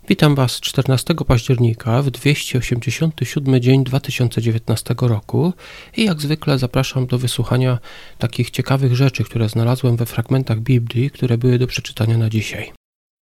Witam Was 14 października w 287 dzień 2019 roku i jak zwykle zapraszam do wysłuchania takich ciekawych rzeczy, które znalazłem we fragmentach Biblii, które były do przeczytania na dzisiaj.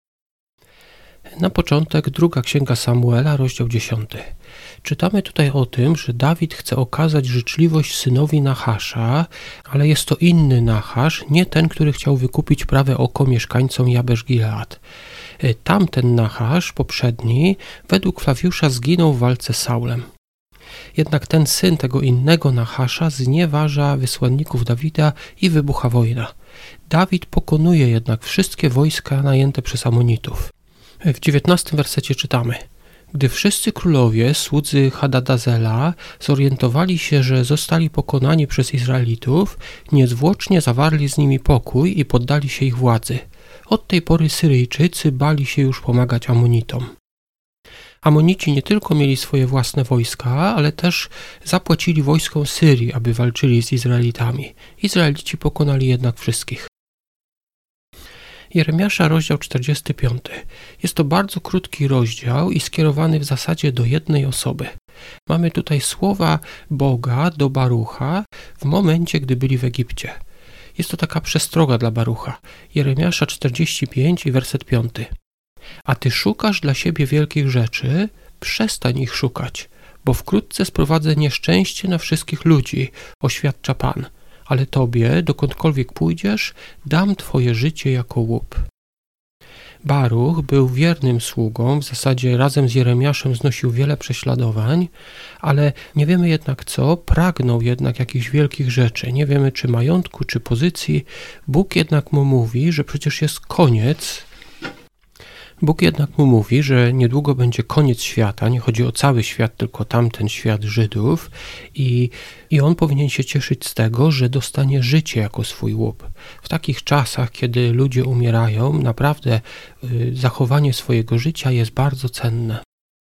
Na początek druga księga Samuela, rozdział 10. Czytamy tutaj o tym, że Dawid chce okazać życzliwość synowi Nachasza, ale jest to inny Nachasz, nie ten, który chciał wykupić prawe oko mieszkańcom Jabesz-Gilead. Tamten Nachasz, poprzedni, według Flawiusza zginął w walce z Saulem. Jednak ten syn tego innego Nachasza znieważa wysłanników Dawida i wybucha wojna. Dawid pokonuje jednak wszystkie wojska najęte przez Amonitów. W 19 wersecie czytamy: Gdy wszyscy królowie, słudzy Hadadazela, zorientowali się, że zostali pokonani przez Izraelitów, niezwłocznie zawarli z nimi pokój i poddali się ich władzy. Od tej pory Syryjczycy bali się już pomagać Amonitom. Amonici nie tylko mieli swoje własne wojska, ale też zapłacili wojskom Syrii, aby walczyli z Izraelitami. Izraelici pokonali jednak wszystkich. Jeremiasza, rozdział 45. Jest to bardzo krótki rozdział i skierowany w zasadzie do jednej osoby. Mamy tutaj słowa Boga do Barucha w momencie, gdy byli w Egipcie. Jest to taka przestroga dla Barucha. Jeremiasza 45 i werset 5. A ty szukasz dla siebie wielkich rzeczy, przestań ich szukać, bo wkrótce sprowadzę nieszczęście na wszystkich ludzi, oświadcza Pan. Ale tobie, dokądkolwiek pójdziesz, dam twoje życie jako łup. Baruch był wiernym sługą, w zasadzie razem z Jeremiaszem znosił wiele prześladowań, ale nie wiemy jednak co, pragnął jednak jakichś wielkich rzeczy, nie wiemy czy majątku, czy pozycji. Bóg jednak mu mówi, że przecież jest koniec. Bóg jednak mu mówi, że niedługo będzie koniec świata, nie chodzi o cały świat, tylko tamten świat Żydów i on powinien się cieszyć z tego, że dostanie życie jako swój łup. W takich czasach, kiedy ludzie umierają, naprawdę zachowanie swojego życia jest bardzo cenne.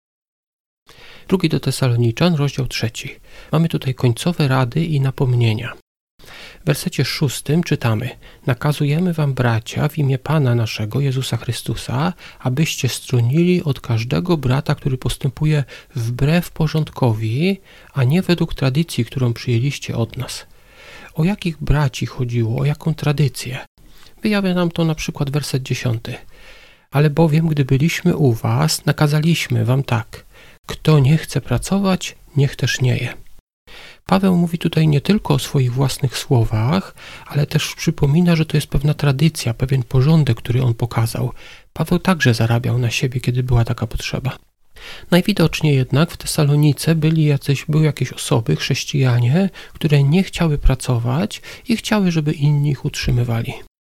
Drugi do Tesaloniczan, rozdział 3. Mamy tutaj końcowe rady i napomnienia. W wersecie 6 czytamy: Nakazujemy wam, bracia, w imię Pana naszego, Jezusa Chrystusa, abyście stronili od każdego brata, który postępuje wbrew porządkowi, a nie według tradycji, którą przyjęliście od nas. O jakich braci chodziło, o jaką tradycję? Wyjawia nam to na przykład werset 10. Ale bowiem, gdy byliśmy u was, nakazaliśmy wam tak: kto nie chce pracować, niech też nie je. Paweł mówi tutaj nie tylko o swoich własnych słowach, ale też przypomina, że to jest pewna tradycja, pewien porządek, który on pokazał. Paweł także zarabiał na siebie, kiedy była taka potrzeba. Najwidoczniej jednak w Tesalonice były jakieś osoby, chrześcijanie, które nie chciały pracować i chciały, żeby inni ich utrzymywali.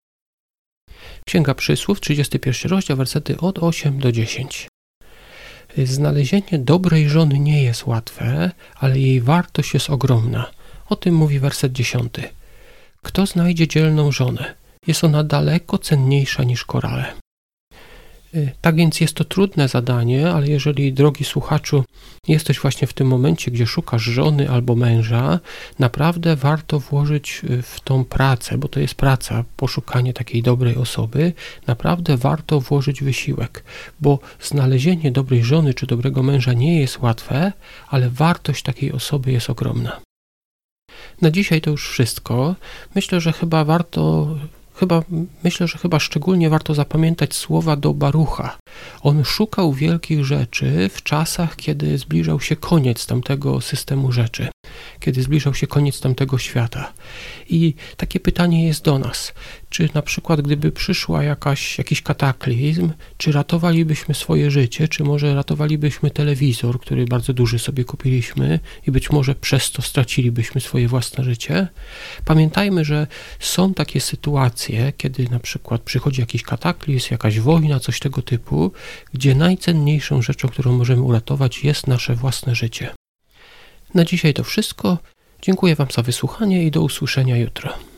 Księga Przysłów, 31 rozdział, wersety od 8 do 10. Znalezienie dobrej żony nie jest łatwe, ale jej wartość jest ogromna. O tym mówi werset 10. Kto znajdzie dzielną żonę? Jest ona daleko cenniejsza niż korale. Tak więc jest to trudne zadanie, ale jeżeli, drogi słuchaczu, jesteś właśnie w tym momencie, gdzie szukasz żony albo męża, naprawdę warto włożyć w tą pracę, bo to jest praca, poszukanie takiej dobrej osoby, naprawdę warto włożyć wysiłek, bo znalezienie dobrej żony czy dobrego męża nie jest łatwe, ale wartość takiej osoby jest ogromna. Na dzisiaj to już wszystko. Myślę, że chyba szczególnie warto zapamiętać słowa do Barucha. On szukał wielkich rzeczy w czasach, kiedy zbliżał się koniec tamtego systemu rzeczy, kiedy zbliżał się koniec tamtego świata. I takie pytanie jest do nas. Czy na przykład gdyby przyszła jakiś kataklizm, czy ratowalibyśmy swoje życie, czy może ratowalibyśmy telewizor, który bardzo duży sobie kupiliśmy i być może przez to stracilibyśmy swoje własne życie? Pamiętajmy, że są takie sytuacje, kiedy na przykład przychodzi jakiś kataklizm, jakaś wojna, coś tego typu, gdzie najcenniejszą rzeczą, którą możemy uratować, jest nasze własne życie. Na dzisiaj to wszystko. Dziękuję wam za wysłuchanie i do usłyszenia jutro.